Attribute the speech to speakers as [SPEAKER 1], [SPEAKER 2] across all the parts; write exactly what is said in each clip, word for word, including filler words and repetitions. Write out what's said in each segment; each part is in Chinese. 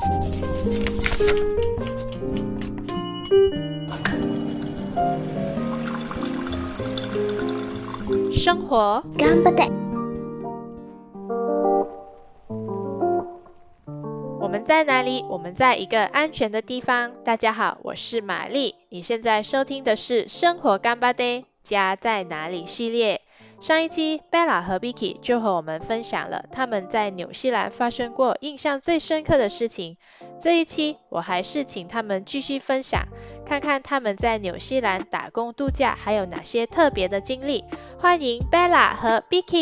[SPEAKER 1] 生活
[SPEAKER 2] 頑張って。
[SPEAKER 1] 我们在哪里？我们在一个安全的地方。大家好，我是玛丽。你现在收听的是《生活干巴爹家在哪里》系列。上一期 Bella 和 Vicky 就和我们分享了他们在纽西兰发生过印象最深刻的事情。这一期我还是请他们继续分享，看看他们在纽西兰打工度假还有哪些特别的经历。欢迎 Bella 和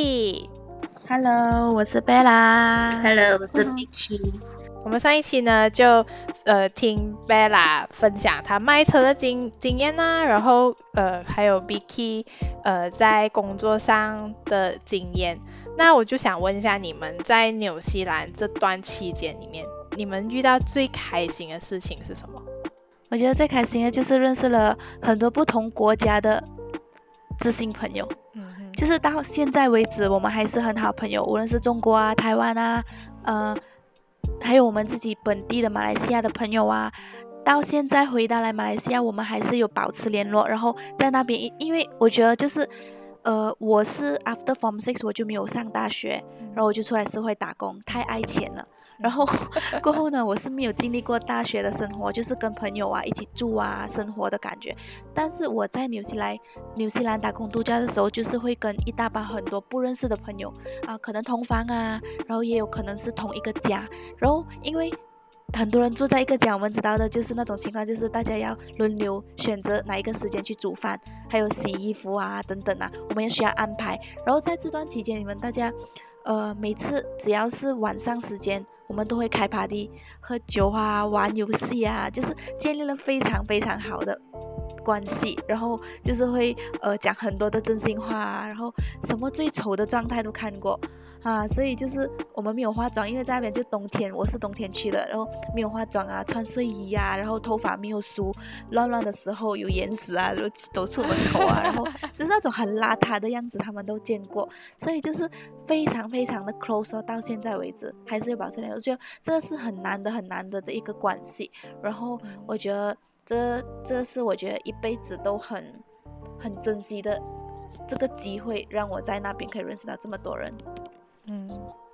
[SPEAKER 1] Vicky。Hello，
[SPEAKER 3] 我是 Bella。Hello，
[SPEAKER 2] 我是 Vicky。
[SPEAKER 1] 我们上一期呢就呃听 Bella 分享她卖车的经经验啊，然后呃还有 Vicky 呃在工作上的经验。那我就想问一下，你们在纽西兰这段期间里面，你们遇到最开心的事情是什么？
[SPEAKER 3] 我觉得最开心的就是认识了很多不同国家的知心朋友。嗯，就是到现在为止我们还是很好朋友，无论是中国啊、台湾啊，呃还有我们自己本地的马来西亚的朋友啊，到现在回到来马来西亚我们还是有保持联络。然后在那边因为我觉得就是呃我是 after form six 我就没有上大学，然后我就出来社会打工，太爱钱了。然后过后呢，我是没有经历过大学的生活，就是跟朋友啊一起住啊生活的感觉。但是我在纽西兰纽西兰打工度假的时候，就是会跟一大帮很多不认识的朋友啊，可能同房啊，然后也有可能是同一个家。然后因为很多人住在一个家，我们知道的就是那种情况，就是大家要轮流选择哪一个时间去煮饭，还有洗衣服啊等等啊，我们也需要安排。然后在这段期间，你们大家呃每次只要是晚上时间，我们都会开 party 喝酒啊玩游戏啊，就是建立了非常非常好的关系。然后就是会呃讲很多的真心话啊，然后什么最丑的状态都看过啊。所以就是我们没有化妆，因为在那边就冬天，我是冬天去的，然后没有化妆啊，穿睡衣啊，然后头发没有梳，乱乱的时候有眼屎啊，就走出门口啊，然后就是那种很邋遢的样子他们都见过。所以就是非常非常的 close， 到现在为止还是有保持联络。我觉得这是很难得很难得的一个关系。然后我觉得这这是我觉得一辈子都很很珍惜的这个机会，让我在那边可以认识到这么多人。
[SPEAKER 1] 嗯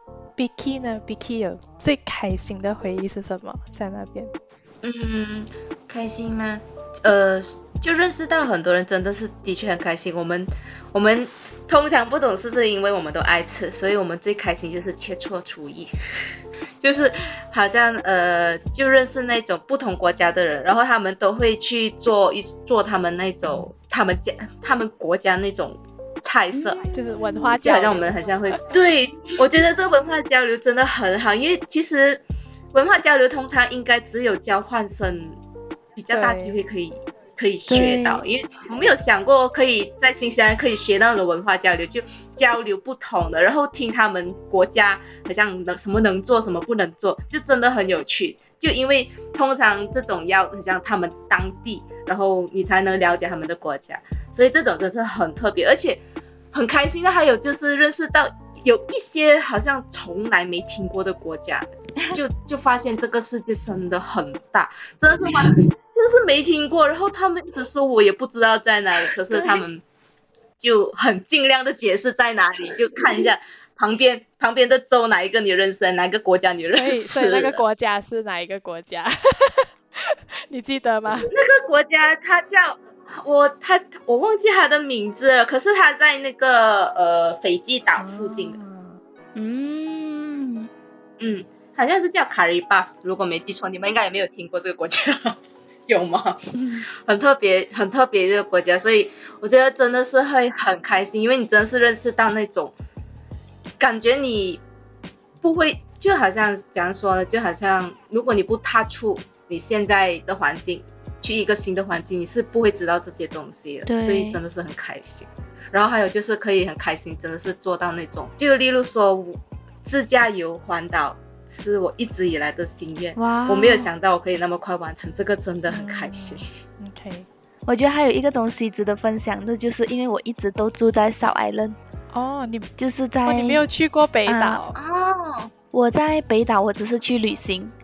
[SPEAKER 1] Vicky 呢 Vicky 有最开心的回忆是什么在那边？
[SPEAKER 2] 嗯，开心吗？呃就认识到很多人，真的是的确很开心。我们我们通常不懂事是因为我们都爱吃，所以我们最开心就是切磋厨艺就是好像呃就认识那种不同国家的人，然后他们都会去做一做他们那种他们家他们国家那种菜色，
[SPEAKER 1] 嗯、就是文化交流，
[SPEAKER 2] 就好像我们好像会对，我觉得这个文化交流真的很好，因为其实文化交流通常应该只有交换生比较大机会可以可以学到，因为我没有想过可以在新西兰可以学到的文化交流，就交流不同的，然后听他们国家好像能什么能做什么不能做，就真的很有趣。就因为通常这种要好像他们当地，然后你才能了解他们的国家，所以这种真是很特别，而且很开心的。还有就是认识到有一些好像从来没听过的国家，就就发现这个世界真的很大，真的是完就是没听过，然后他们一直说我也不知道在哪里，可是他们就很尽量的解释在哪里，就看一下旁边旁边的州哪一个你认识，哪个国家你认识，
[SPEAKER 1] 所以所以那个国家是哪一个国家你记得吗？
[SPEAKER 2] 那个国家它叫我他我忘记他的名字了，可是他在那个呃斐济岛附近的，
[SPEAKER 3] 嗯
[SPEAKER 2] 嗯，好像是叫卡里巴斯，如果没记错，你们应该也没有听过这个国家有吗？很特别很特别这个国家，所以我觉得真的是会很开心，因为你真的是认识到那种感觉你不会，就好像怎样说呢，就好像如果你不踏出你现在的环境去一个新的环境，你是不会知道这些东西的，所以真的是很开心。然后还有就是可以很开心，真的是做到那种，就例如说自驾游环岛是我一直以来的心愿，我没有想到我可以那么快完成，这个真的很开心。
[SPEAKER 1] 嗯、OK，
[SPEAKER 3] 我觉得还有一个东西值得分享的，就是因为我一直都住在South Island。
[SPEAKER 1] 哦，你
[SPEAKER 3] 就是在、
[SPEAKER 1] 哦、你没有去过北岛、
[SPEAKER 2] 啊、哦。
[SPEAKER 3] 我在北岛我只是去旅行，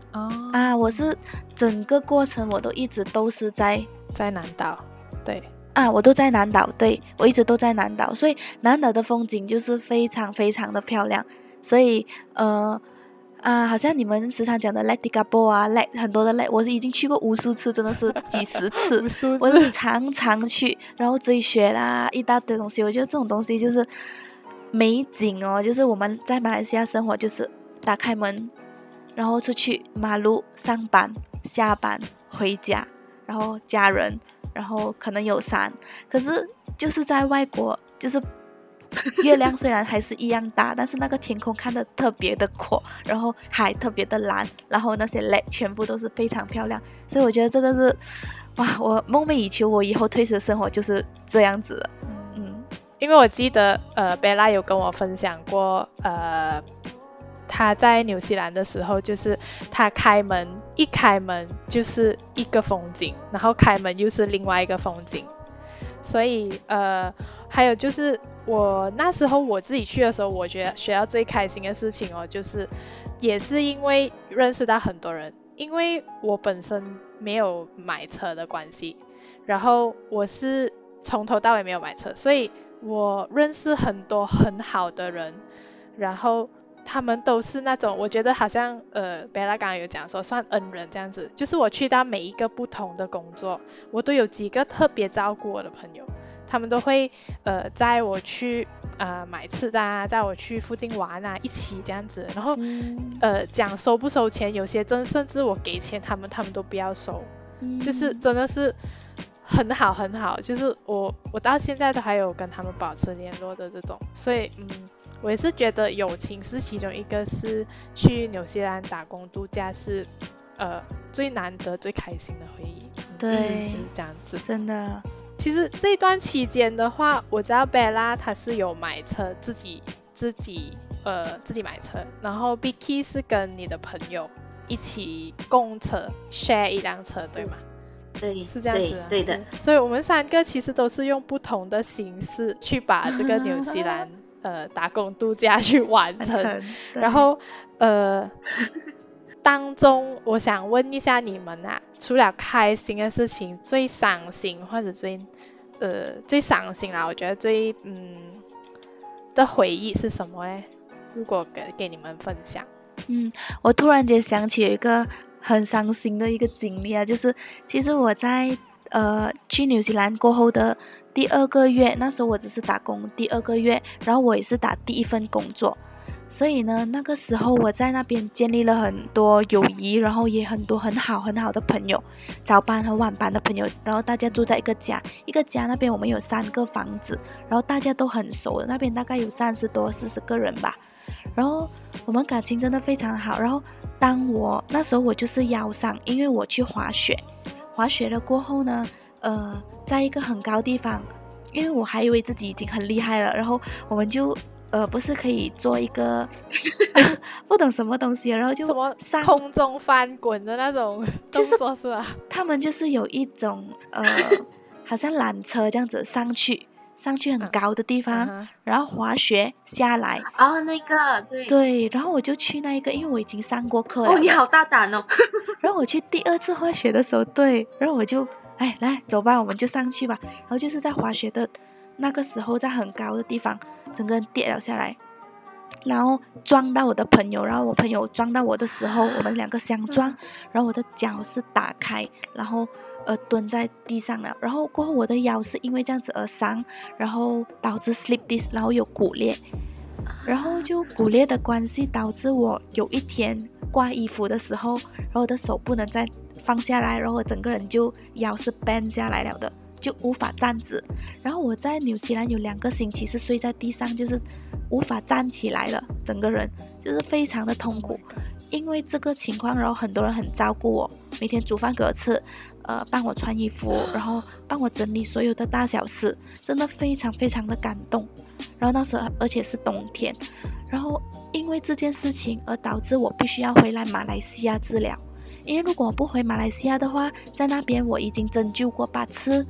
[SPEAKER 1] 哦
[SPEAKER 3] 啊，我是整个过程我都一直都是在
[SPEAKER 1] 在南岛，对
[SPEAKER 3] 啊，我都在南岛，对，我一直都在南岛，所以南岛的风景就是非常非常的漂亮，所以呃啊，好像你们时常讲的 Lake Digabo 啊 ，Lake 很多的 Lake，我是已经去过无数次，真的是几十次，
[SPEAKER 1] 无数次
[SPEAKER 3] 我是常常去，然后追雪啦，一大堆东西，我觉得这种东西就是美景哦，就是我们在马来西亚生活就是打开门，然后出去马路上班、下班、回家，然后家人。然后可能有山，可是就是在外国，就是月亮虽然还是一样大，但是那个天空看得特别的阔，然后海特别的蓝，然后那些 lake 全部都是非常漂亮，所以我觉得这个是哇，我梦寐以求，我以后退休生活就是这样子的。嗯，
[SPEAKER 1] 因为我记得呃贝拉有跟我分享过呃他在纽西兰的时候，就是他开门一开门就是一个风景，然后开门又是另外一个风景，所以呃还有就是我那时候我自己去的时候，我觉得学到最开心的事情哦，就是也是因为认识到很多人，因为我本身没有买车的关系，然后我是从头到尾没有买车，所以我认识很多很好的人，然后他们都是那种我觉得好像呃贝拉刚刚有讲说算恩人这样子，就是我去到每一个不同的工作，我都有几个特别照顾我的朋友，他们都会呃载我去呃买吃的啊，载我去附近玩啊，一起这样子，然后、嗯、呃讲收不收钱，有些真甚至我给钱他们他们都不要收，嗯、就是真的是很好很好，就是我我到现在都还有跟他们保持联络的这种，所以嗯我也是觉得友情是其中一个，是去纽西兰打工度假是呃最难得最开心的回忆。
[SPEAKER 3] 对、
[SPEAKER 1] 嗯，就是这样子。
[SPEAKER 3] 真的。
[SPEAKER 1] 其实这段期间的话，我知道贝拉她是有买车，自己自己呃自己买车，然后 Bicky 是跟你的朋友一起共车 share 一辆车，对吗？
[SPEAKER 2] 对，
[SPEAKER 1] 是这样子、啊、
[SPEAKER 2] 对, 对的。
[SPEAKER 1] 所以我们三个其实都是用不同的形式去把这个纽西兰呃打工度假去完成，然后呃当中我想问一下你们啊，除了开心的事情，最伤心或者最呃最伤心啦，我觉得最嗯的回忆是什么呢？如果给给你们分享。
[SPEAKER 3] 嗯，我突然间想起有一个很伤心的一个经历啊，就是其实我在呃去纽西兰过后的第二个月，那时候我只是打工第二个月，然后我也是打第一份工作，所以呢那个时候我在那边建立了很多友谊，然后也很多很好很好的朋友，早班和晚班的朋友，然后大家住在一个家，一个家那边我们有三个房子，然后大家都很熟的，那边大概有三十多四十个人吧，然后我们感情真的非常好。然后当我那时候我就是腰伤，因为我去滑雪，滑雪了过后呢呃，在一个很高地方，因为我还以为自己已经很厉害了，然后我们就呃不是可以做一个不懂什么东西，然后就
[SPEAKER 1] 什么空中翻滚的那种动作是吧？
[SPEAKER 3] 他们就是有一种呃好像缆车这样子上去上去很高的地方、嗯、然后滑雪下来。
[SPEAKER 2] 哦，那个对
[SPEAKER 3] 对，然后我就去那一个，因为我已经上过课了。
[SPEAKER 2] 哦，你好大胆哦
[SPEAKER 3] 然后我去第二次滑雪的时候，对，然后我就哎来走吧，我们就上去吧。然后就是在滑雪的那个时候，在很高的地方整个人跌了下来，然后撞到我的朋友，然后我朋友撞到我的时候，我们两个相撞，然后我的脚是打开，然后呃蹲在地上了，然后过后我的腰是因为这样子而伤，然后导致 slip disc， 然后有骨裂，然后就骨裂的关系导致我有一天挂衣服的时候，然后我的手不能再放下来，然后我整个人就腰是 bend 下来了的，就无法站直。然后我在纽西兰有两个星期是睡在地上，就是无法站起来了，整个人就是非常的痛苦。因为这个情况，然后很多人很照顾我，每天煮饭给我吃，呃，帮我穿衣服，然后帮我整理所有的大小事，真的非常非常的感动。然后那时候而且是冬天，然后因为这件事情而导致我必须要回来马来西亚治疗。因为如果我不回马来西亚的话，在那边我已经针灸过八次，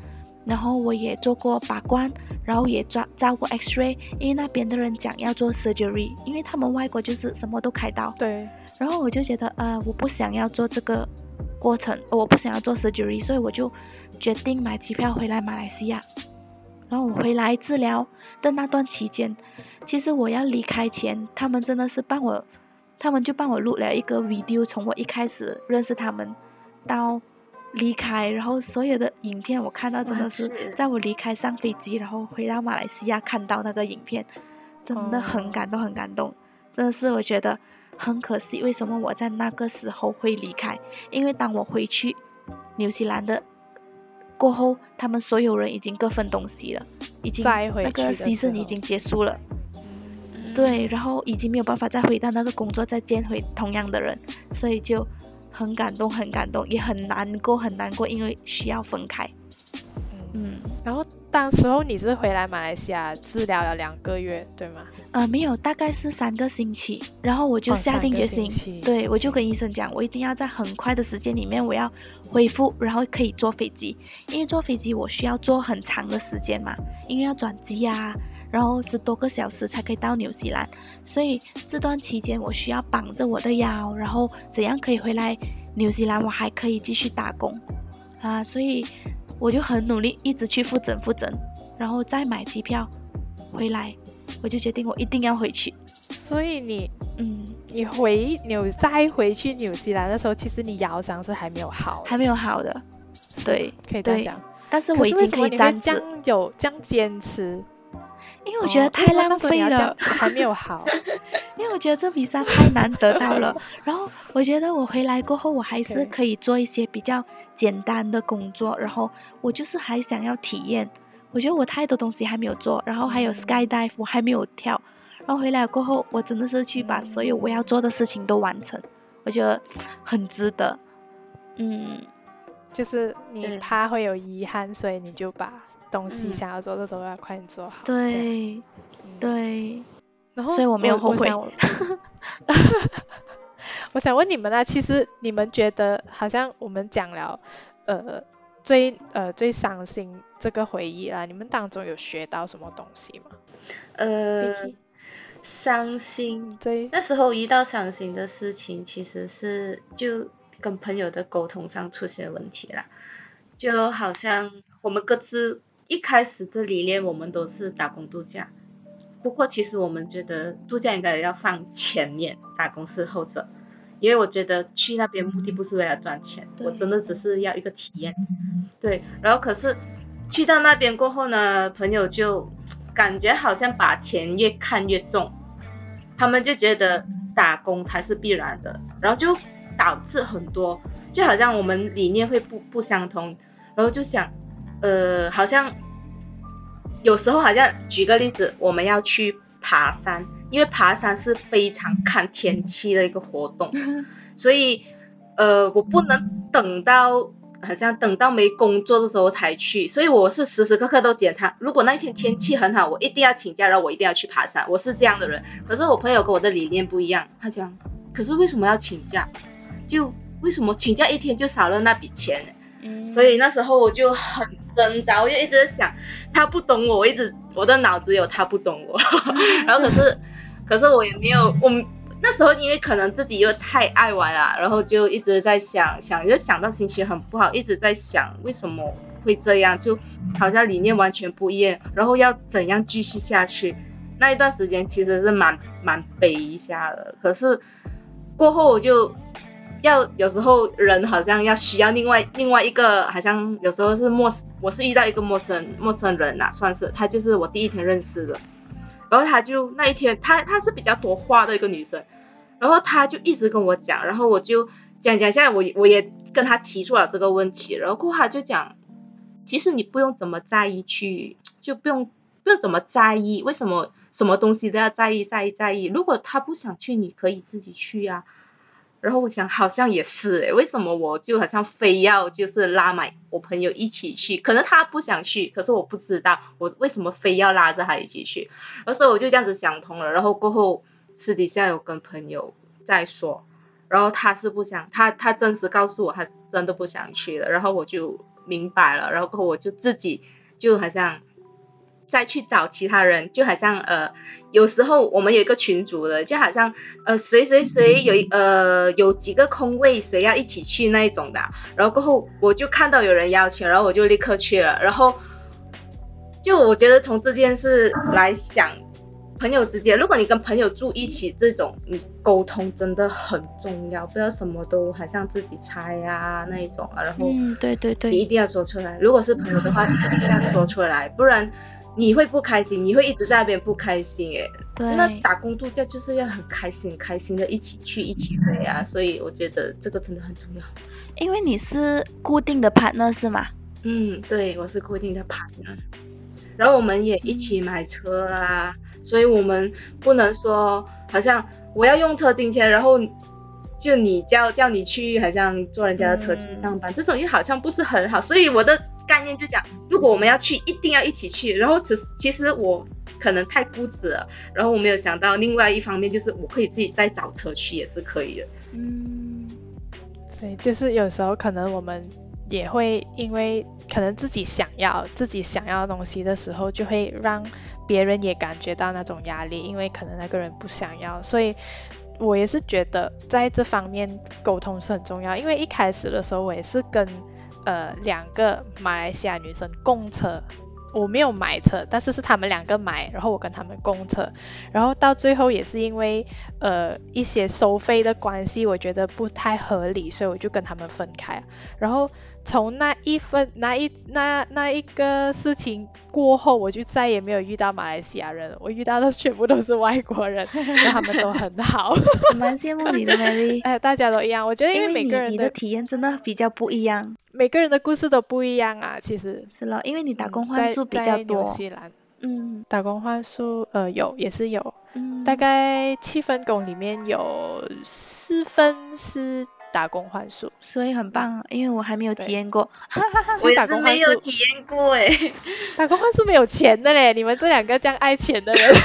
[SPEAKER 3] 然后我也做过拔罐，然后也照照过 X-ray， 因为那边的人讲要做 surgery， 因为他们外国就是什么都开刀。
[SPEAKER 1] 对。
[SPEAKER 3] 然后我就觉得呃我不想要做这个过程，我不想要做 surgery， 所以我就决定买机票回来马来西亚。然后我回来治疗的那段期间，其实我要离开前，他们真的是帮我，他们就帮我录了一个 video， 从我一开始认识他们到离开，然后所有的影片我看到真的是在我离开上飞机，然后回到马来西亚看到那个影片，真的很感动很感动，真的是我觉得很可惜，为什么我在那个时候会离开？因为当我回去纽西兰的过后，他们所有人已经各分东西了，已经那个 season 已经结束了，对，然后已经没有办法再回到那个工作，再见回同样的人，所以就很感动很感动，也很难过很难过，因为需要分开。
[SPEAKER 1] 嗯，然后当时候你是回来马来西亚治疗了两个月，对吗？
[SPEAKER 3] 呃，没有，大概是三个星期。然后我就下定决心，
[SPEAKER 1] 哦、
[SPEAKER 3] 对，我就跟医生讲，我一定要在很快的时间里面我要恢复，然后可以坐飞机，因为坐飞机我需要坐很长的时间嘛，因为要转机啊，然后十多个小时才可以到纽西兰，所以这段期间我需要绑着我的腰，然后怎样可以回来纽西兰，我还可以继续打工啊，所以我就很努力，一直去复诊复诊，然后再买机票回来，我就决定我一定要回去。
[SPEAKER 1] 所以你，嗯，你回纽再回去纽西兰的时候，其实你腰伤是还没有好，
[SPEAKER 3] 还没有好的，对，
[SPEAKER 1] 可以这样讲。
[SPEAKER 3] 但是我已经可以站
[SPEAKER 1] 着。这样有这样坚持？
[SPEAKER 3] 因为我觉得太浪费了，
[SPEAKER 1] 哦、还没有好。
[SPEAKER 3] 因为我觉得这比赛太难得到了，然后我觉得我回来过后，我还是可以做一些比较简单的工作，然后我就是还想要体验，我觉得我太多东西还没有做，然后还有 skydive 我还没有跳，然后回来过后我真的是去把所有我要做的事情都完成，我觉得很值得。嗯，
[SPEAKER 1] 就是你怕会有遗憾，所以你就把东西想要做的都要快点做好。
[SPEAKER 3] 对对、嗯、对，
[SPEAKER 1] 然后
[SPEAKER 3] 所以我没有后悔。
[SPEAKER 1] 我想, 我想问你们啊，其实你们觉得好像我们讲了呃最呃最伤心这个回忆啦，你们当中有学到什么东西吗？
[SPEAKER 2] 呃伤心，对，那时候遇到伤心的事情其实是就跟朋友的沟通上出现问题啦，就好像我们各自一开始的理念我们都是打工度假，不过其实我们觉得度假应该要放前面，打工是后者，因为我觉得去那边目的不是为了赚钱，我真的只是要一个体验。对，然后可是去到那边过后呢，朋友就感觉好像把钱越看越重，他们就觉得打工才是必然的，然后就导致很多就好像我们理念会不不相同，然后就想呃好像有时候好像举个例子，我们要去爬山，因为爬山是非常看天气的一个活动，所以呃我不能等到好像等到没工作的时候才去，所以我是时时刻刻都检查，如果那一天天气很好，我一定要请假，然后我一定要去爬山，我是这样的人。可是我朋友跟我的理念不一样，他讲可是为什么要请假，就为什么请假一天就少了那笔钱呢？嗯、所以那时候我就很挣扎，我就一直在想他不懂我，我一直我的脑子有他不懂我然后可是可是我也没有，我那时候因为可能自己又太爱玩了，然后就一直在想想就想到心情很不好，一直在想为什么会这样，就好像理念完全不一样，然后要怎样继续下去，那一段时间其实是蛮蛮悲一下的。可是过后我就要有时候人好像要需要另外另外一个，好像有时候是陌我是遇到一个陌生陌生人啊，算是他就是我第一天认识的，然后他就那一天他他是比较多话的一个女生，然后他就一直跟我讲，然后我就讲讲下来，我我也跟他提出了这个问题，然后过后他就讲其实你不用怎么在意去，就不用不用怎么在意，为什么什么东西都要在意在意在意，如果他不想去你可以自己去啊。然后我想好像也是诶，为什么我就好像非要就是拉买我朋友一起去，可能他不想去，可是我不知道我为什么非要拉着他一起去，然后所以我就这样子想通了，然后过后私底下有跟朋友再说，然后他是不想，他他真实告诉我他真的不想去了，然后我就明白了，然后过后我就自己就好像再去找其他人，就好像呃有时候我们有一个群组的，就好像呃谁谁谁有呃有几个空位，谁要一起去那一种的，然后过后我就看到有人邀请，然后我就立刻去了，然后就我觉得从这件事来想，朋友之间，如果你跟朋友住一起，这种你沟通真的很重要，不要什么都好像自己猜啊那一种啊，然后
[SPEAKER 3] 嗯对对对，
[SPEAKER 2] 你一定要说出来，如果是朋友的话一定要说出来，不然你会不开心，你会一直在那边不开心耶。
[SPEAKER 3] 对，
[SPEAKER 2] 那打工度假就是要很开心开心的一起去一起回啊，所以我觉得这个真的很重要。
[SPEAKER 3] 因为你是固定的 partner 是吗？
[SPEAKER 2] 嗯，对，我是固定的 partner， 然后我们也一起买车啊，所以我们不能说好像我要用车今天，然后就你叫叫你去好像坐人家的车去上班，嗯、这种又好像不是很好，所以我的概念就讲，如果我们要去一定要一起去，然后其实其实我可能太固执了，然后我没有想到另外一方面就是我可以自己再找车去也是可以的。
[SPEAKER 1] 嗯，对，就是有时候可能我们也会因为可能自己想要自己想要的东西的时候，就会让别人也感觉到那种压力，因为可能那个人不想要，所以我也是觉得在这方面沟通是很重要。因为一开始的时候我也是跟呃两个马来西亚女生共车，我没有买车，但是是他们两个买，然后我跟他们共车，然后到最后也是因为呃一些收费的关系，我觉得不太合理，所以我就跟他们分开。然后从那一分那一那那一个事情过后，我就再也没有遇到马来西亚人了，我遇到的全部都是外国人，然后他们都很好。
[SPEAKER 3] 我蛮羡慕你的 Mary。
[SPEAKER 1] 哎，大家都一样，我觉得因为每个人的
[SPEAKER 3] 你的体验真的比较不一样，
[SPEAKER 1] 每个人的故事都不一样啊，其实
[SPEAKER 3] 是了，因为你打工换宿比较多。
[SPEAKER 1] 在纽西兰，
[SPEAKER 3] 嗯，
[SPEAKER 1] 打工换宿呃有也是有，
[SPEAKER 3] 嗯，
[SPEAKER 1] 大概七分工里面有四分是打工换宿，
[SPEAKER 3] 所以很棒，因为我还没有体验过。
[SPEAKER 2] 我也是没有体验过哎。
[SPEAKER 1] 打工换宿没有钱的嘞，你们这两个这样爱钱的人。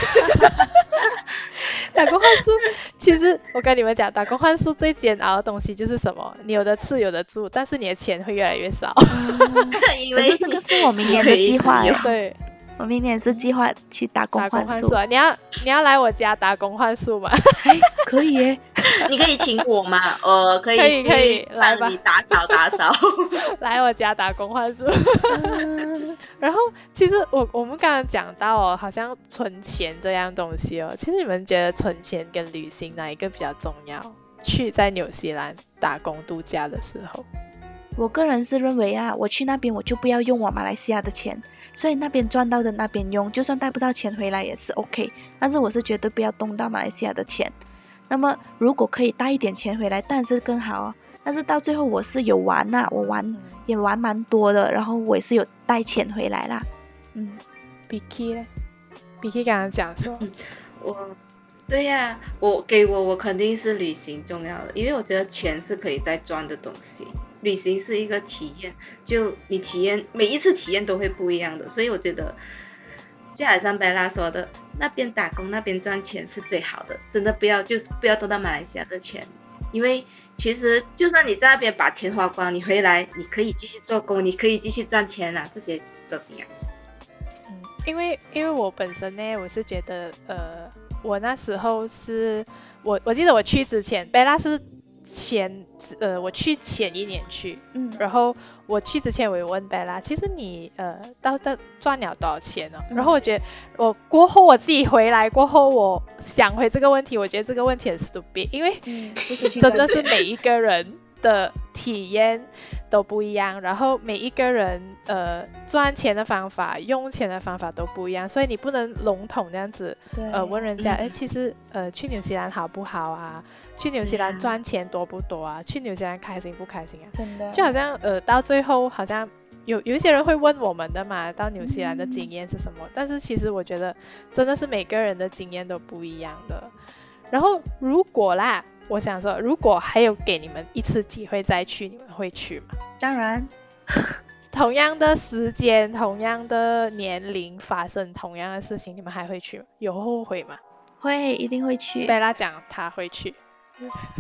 [SPEAKER 1] 打工换宿，其实我跟你们讲，打工换宿最煎熬的东西就是什么？你有的吃有的住，但是你的钱会越来越少。
[SPEAKER 3] 嗯、因为这个是我明年的计划。
[SPEAKER 1] 对。
[SPEAKER 3] 我明年是计划去打工换宿。打工换
[SPEAKER 1] 宿啊！你要你要来我家打工换宿吗？
[SPEAKER 3] 哎，可以耶！
[SPEAKER 2] 你可以请我嘛？呃，可以
[SPEAKER 1] 可以可以来吧，
[SPEAKER 2] 你打扫打扫。
[SPEAKER 1] 来我家打工换宿。然后其实我我们刚刚讲到哦，好像存钱这样东西哦，其实你们觉得存钱跟旅行哪一个比较重要？去在纽西兰打工度假的时候，
[SPEAKER 3] 我个人是认为啊，我去那边我就不要用我马来西亚的钱。所以那边赚到的那边用，就算带不到钱回来也是 OK， 但是我是绝对不要动到马来西亚的钱。那么如果可以带一点钱回来，当然是更好哦。但是到最后我是有玩呐、啊，我玩也玩蛮多的，然后我也是有带钱回来啦。嗯
[SPEAKER 1] ，Bicky 呢 ？Bicky 刚刚讲说，
[SPEAKER 2] 嗯、我对呀、啊，我给我我肯定是旅行重要的，因为我觉得钱是可以再赚的东西。旅行是一个体验，就你体验每一次体验都会不一样的，所以我觉得就好像贝拉说的，那边打工那边赚钱是最好的，真的不要就是不要动到马来西亚的钱，因为其实就算你在那边把钱花光，你回来你可以继续做工，你可以继续赚钱啊，这些都是一样。
[SPEAKER 1] 嗯，因为因为我本身呢，我是觉得呃，我那时候是我我记得我去之前，贝拉是。前呃，我去前一年去，嗯，然后我去之前我有问贝拉，其实你呃到到赚了多少钱呢、哦嗯？然后我觉得我过后我自己回来过后，我想回这个问题，我觉得这个问题很 stupid， 因为、嗯、真的是每一个人的体验都不一样，然后每一个人呃赚钱的方法、用钱的方法都不一样，所以你不能笼统这样子呃问人家，哎、嗯，其实呃去纽西兰好不好啊？去纽西兰赚钱多不多啊？去纽西兰开心不开心啊？
[SPEAKER 3] 真的，
[SPEAKER 1] 就好像呃到最后好像有有一些人会问我们的嘛，到纽西兰的经验是什么？嗯、但是其实我觉得真的是每个人的经验都不一样的。然后如果啦，我想说，如果还有给你们一次机会再去，你们会去吗？
[SPEAKER 3] 当然。
[SPEAKER 1] 同样的时间，同样的年龄发生同样的事情，你们还会去吗？有后悔吗？
[SPEAKER 3] 会，一定会去。
[SPEAKER 1] 贝拉讲他会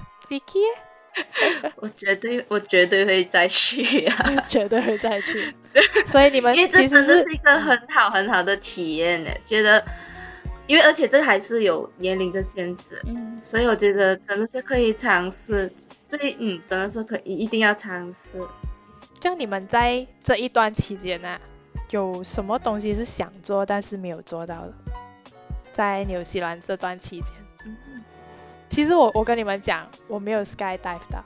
[SPEAKER 1] 去。Vicky，
[SPEAKER 2] 我绝对我绝对会再去啊，
[SPEAKER 1] 绝对会再去。 所以你们
[SPEAKER 2] 因为这
[SPEAKER 1] 其实
[SPEAKER 2] 真的是一个很好很好的体验呢，觉得，因为而且这还是有年龄的限制，嗯，所以我觉得真的是可以尝试，最嗯真的是可以一定要尝试。
[SPEAKER 1] 这样你们在这一段期间呢、啊，有什么东西是想做但是没有做到的？在纽西兰这段期间，嗯，其实我我跟你们讲，我没有 skydive 到。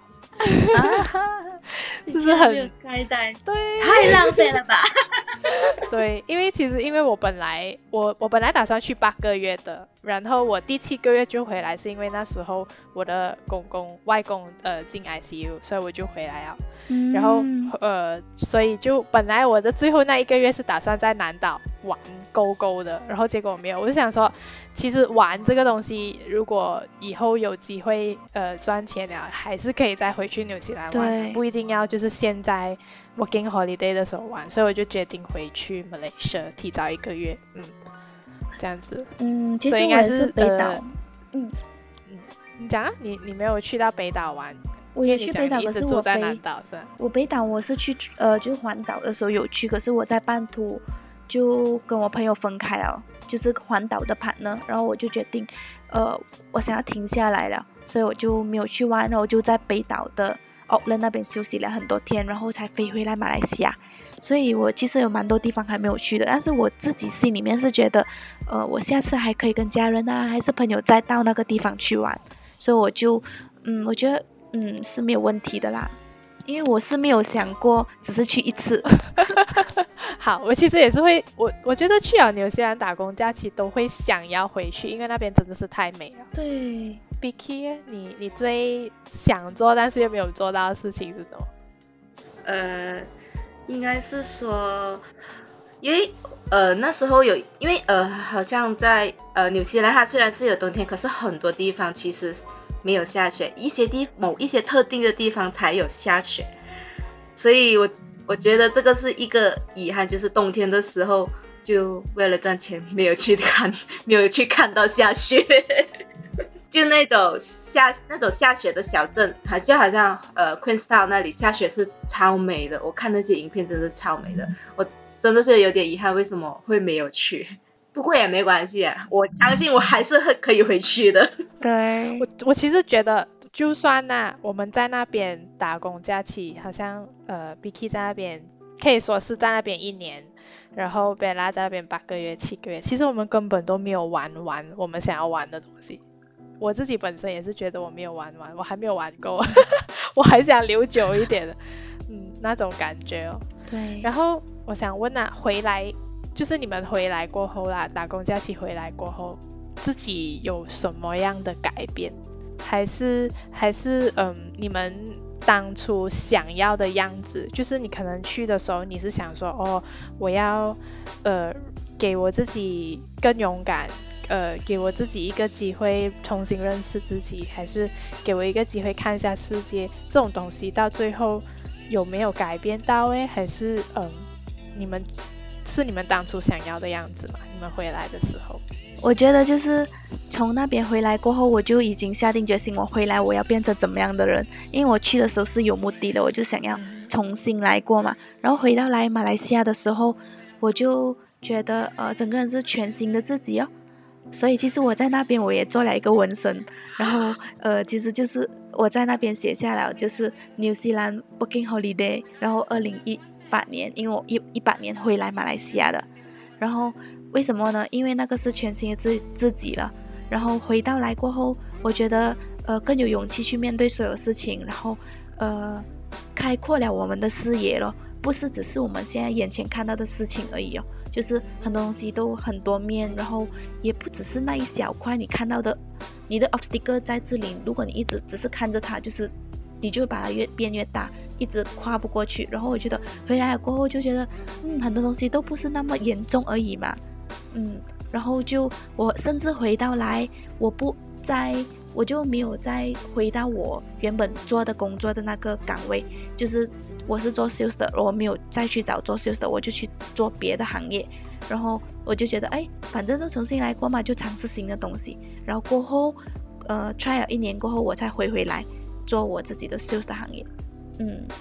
[SPEAKER 3] 就是很没有 skydive，
[SPEAKER 1] 对，
[SPEAKER 3] 太浪费了吧。
[SPEAKER 1] 对，因为其实因为我本来我我本来打算去八个月的，然后我第七个月就回来，是因为那时候我的公公外公呃进 I C U， 所以我就回来了。嗯、然后呃，所以就本来我的最后那一个月是打算在南岛玩勾勾的，然后结果没有。我就想说，其实玩这个东西，如果以后有机会呃赚钱了，还是可以再回去纽西兰玩，不一定要就是现在 working holiday 的时候玩。所以我就决定回去 Malaysia 提早一个月，嗯，这样子。
[SPEAKER 3] 嗯，其实我也是北岛。呃、嗯
[SPEAKER 1] 嗯，你讲啊，你你没有去到北岛玩？
[SPEAKER 3] 我也去北岛，可是我
[SPEAKER 1] 在南岛是吧？
[SPEAKER 3] 我北岛我是去呃就是环岛的时候有去，可是我在半途就跟我朋友分开了，就是环岛的 partner， 然后我就决定呃我想要停下来了，所以我就没有去玩，然后我就在北岛的 Auckland 那边休息了很多天，然后才飞回来马来西亚。所以我其实有蛮多地方还没有去的，但是我自己心里面是觉得呃我下次还可以跟家人啊还是朋友再到那个地方去玩，所以我就嗯我觉得嗯是没有问题的啦，因为我是没有想过只是去一次。
[SPEAKER 1] 好，我其实也是会我我觉得去了纽西兰打工假期都会想要回去，因为那边真的是太美了。
[SPEAKER 3] 对
[SPEAKER 1] Bicky 你你最想做但是又没有做到的事情是什么？
[SPEAKER 2] 呃应该是说因为呃那时候有因为呃好像在呃纽西兰它虽然是有冬天，可是很多地方其实没有下雪，一些地某一些特定的地方才有下雪，所以我我觉得这个是一个遗憾，就是冬天的时候就为了赚钱没有去看没有去看到下雪。就那种下那种下雪的小镇，还就好像呃 Queenstown 那里下雪是超美的，我看那些影片真的是超美的，我真的是有点遗憾为什么会没有去，不过也没关系啊，我相信我还是可以回去的。
[SPEAKER 3] 对，
[SPEAKER 1] 我我其实觉得就算那我们在那边打工假期，好像呃 Bicky 在那边可以说是在那边一年，然后 Bella 在那边八个月七个月，其实我们根本都没有玩完我们想要玩的东西。我自己本身也是觉得我没有玩完，我还没有玩够。我还想留久一点的嗯那种感觉哦。
[SPEAKER 3] 对，
[SPEAKER 1] 然后我想问啊，回来就是你们回来过后啦，打工假期回来过后自己有什么样的改变，还是还是嗯你们当初想要的样子，就是你可能去的时候你是想说哦我要呃给我自己更勇敢，呃，给我自己一个机会重新认识自己，还是给我一个机会看一下世界，这种东西到最后有没有改变到诶？还是嗯，你们是你们当初想要的样子吗？你们回来的时候？
[SPEAKER 3] 我觉得就是从那边回来过后，我就已经下定决心，我回来我要变成怎么样的人，因为我去的时候是有目的的，我就想要重新来过嘛。然后回到来马来西亚的时候，我就觉得呃整个人是全新的自己哦。所以其实我在那边我也做了一个纹身，然后呃其实就是我在那边写下来就是 New Zealand Working Holiday， 然后二零一八年因为我一一八年回来马来西亚的，然后为什么呢？因为那个是全新的自自己了，然后回到来过后我觉得呃更有勇气去面对所有事情，然后呃开阔了我们的视野了，不是只是我们现在眼前看到的事情而已哦，就是很多东西都很多面，然后也不只是那一小块你看到的，你的 obstacle 在这里，如果你一直只是看着它，就是你就会把它越变越大，一直跨不过去。然后我觉得回来过后就觉得嗯很多东西都不是那么严重而已嘛，嗯，然后就我甚至回到来我不再我就没有再回到我原本做的工作的那个岗位，就是我是做 sales 的，我没有再去找做 sales 的，我就去做别的行业，然后我就觉得哎，反正就重新来过嘛，就尝试新的东西，然后过后呃 try 了一年过后我才回回来做我自己的 sales 的行业。嗯，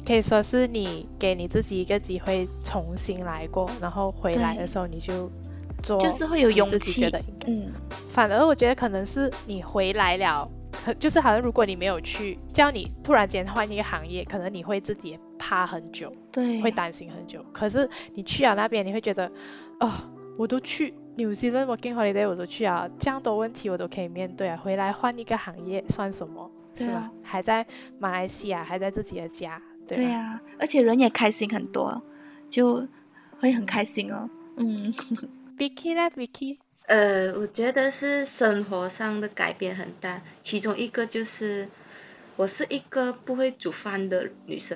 [SPEAKER 1] 可以说是你给你自己一个机会重新来过，然后回来的时候你就做
[SPEAKER 3] 就是会有勇气，
[SPEAKER 1] 自己觉得应该。
[SPEAKER 3] 嗯，
[SPEAKER 1] 反而我觉得可能是你回来了，就是好像如果你没有去，叫你突然间换一个行业，可能你会自己怕很久，
[SPEAKER 3] 对，
[SPEAKER 1] 会担心很久。可是你去了那边，你会觉得，哦，我都去 New Zealand Working Holiday 我都去啊，这样多问题我都可以面对啊，回来换一个行业算什么？
[SPEAKER 3] 对啊，
[SPEAKER 1] 是吧？还在马来西亚，还在自己的家，对吧？
[SPEAKER 3] 对啊，而且人也开心很多，就会很开心哦。嗯
[SPEAKER 1] ，Vicky 呢 ？Vicky？
[SPEAKER 2] 呃，我觉得是生活上的改变很大，其中一个就是我是一个不会煮饭的女生。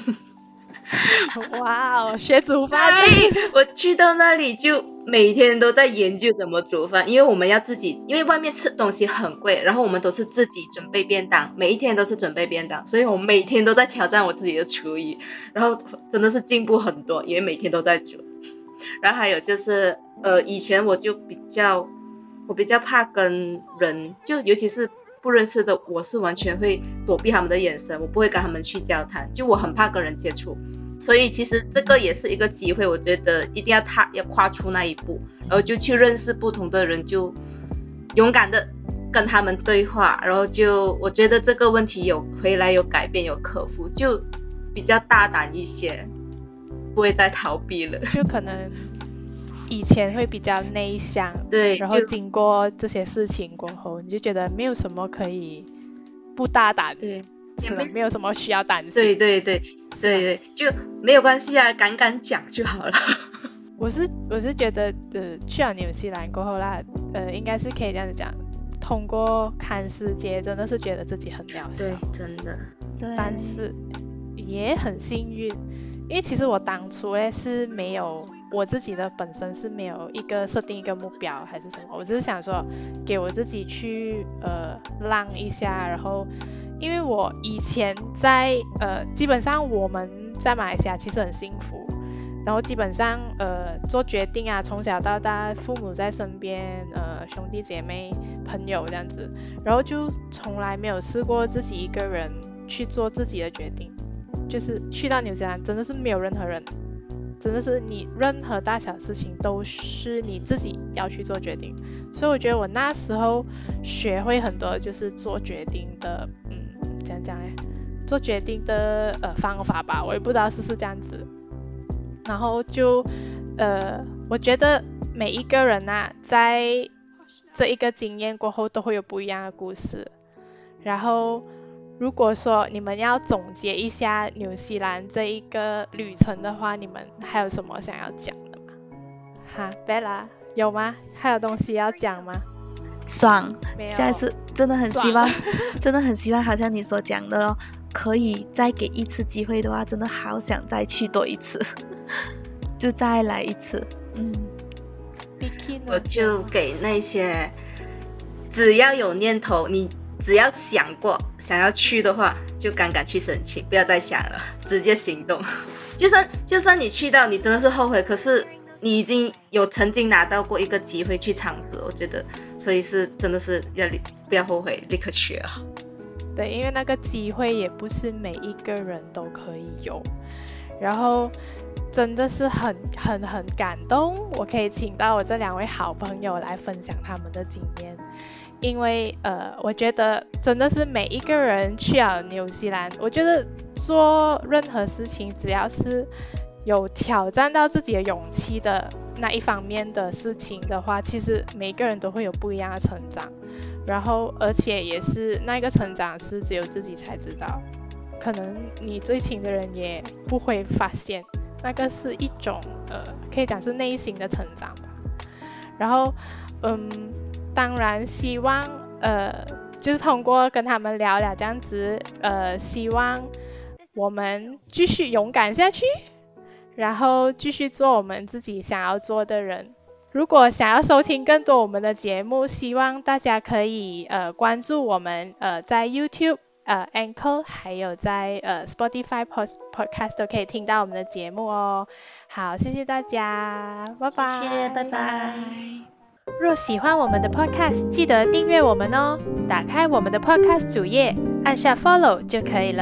[SPEAKER 1] 哇哦，学煮饭！
[SPEAKER 2] 我去到那里就每天都在研究怎么煮饭，因为我们要自己，因为外面吃东西很贵，然后我们都是自己准备便当，每一天都是准备便当，所以我每天都在挑战我自己的厨艺，然后真的是进步很多，因为每天都在煮。然后还有就是呃，以前我就比较我比较怕跟人，就尤其是不认识的，我是完全会躲避他们的眼神，我不会跟他们去交谈，就我很怕跟人接触。所以其实这个也是一个机会，我觉得一定要踏要跨出那一步，然后就去认识不同的人，就勇敢的跟他们对话，然后就我觉得这个问题有回来有改变有克服，就比较大胆一些，不会再逃避了。
[SPEAKER 1] 就可能以前会比较内向，
[SPEAKER 2] 对，
[SPEAKER 1] 然后经过这些事情过后，你就觉得没有什么可以不大胆，
[SPEAKER 2] 对，
[SPEAKER 1] 是吧？没有什么需要担心。
[SPEAKER 2] 对对对对对，就没有关系啊，敢敢讲就好了。
[SPEAKER 1] 我是我是觉得呃去了纽西兰过后啦，呃应该是可以这样子讲，通过看世界真的是觉得自己很渺小，
[SPEAKER 2] 对，真的，
[SPEAKER 3] 对，
[SPEAKER 1] 但是也很幸运，因为其实我当初呢是没有，我自己的本身是没有一个设定一个目标还是什么，我只是想说给我自己去呃浪一下，然后因为我以前在呃基本上我们在马来西亚其实很幸福，然后基本上呃做决定啊，从小到大父母在身边，呃兄弟姐妹朋友这样子，然后就从来没有试过自己一个人去做自己的决定，就是去到纽西兰真的是没有任何人，真的是你任何大小事情都是你自己要去做决定，所以我觉得我那时候学会很多就是做决定的，嗯，怎样讲呢？做决定的呃方法吧，我也不知道是不是这样子。然后就呃，我觉得每一个人啊，在这一个经验过后都会有不一样的故事。然后如果说你们要总结一下纽西兰这一个旅程的话，你们还有什么想要讲的吗？哈 Bella 有吗？还有东西要讲吗？
[SPEAKER 3] 爽，
[SPEAKER 1] 没有，
[SPEAKER 3] 下一次真的很希望，真的很希望，好像你所讲的哦，可以再给一次机会的话，真的好想再去多一次，就再来一次。嗯，
[SPEAKER 2] 我就给那些只要有念头，你只要想过想要去的话，就敢敢去申请，不要再想了，直接行动。就算就算你去到你真的是后悔，可是你已经有曾经拿到过一个机会去尝试，我觉得，所以是真的是要不要后悔，立刻去啊！
[SPEAKER 1] 对，因为那个机会也不是每一个人都可以有，然后真的是很很很感动，我可以请到我这两位好朋友来分享他们的经验，因为呃，我觉得真的是每一个人去了纽西兰，我觉得做任何事情只要是有挑战到自己的勇气的那一方面的事情的话，其实每个人都会有不一样的成长，然后而且也是那个成长是只有自己才知道，可能你最亲的人也不会发现，那个是一种呃可以讲是内心的成长吧。然后嗯，当然希望呃就是通过跟他们聊聊这样子，呃希望我们继续勇敢下去，然后继续做我们自己想要做的人。如果想要收听更多我们的节目，希望大家可以呃关注我们呃在 YouTube、呃 Anchor 还有在呃 Spotify Podcast 都可以听到我们的节目哦。好，谢谢大家，拜拜。
[SPEAKER 3] 谢谢，拜拜。
[SPEAKER 1] 若喜欢我们的 Podcast， 记得订阅我们哦。打开我们的 Podcast 主页，按下 Follow 就可以了。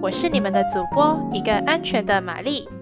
[SPEAKER 1] 我是你们的主播，一个安全的玛丽。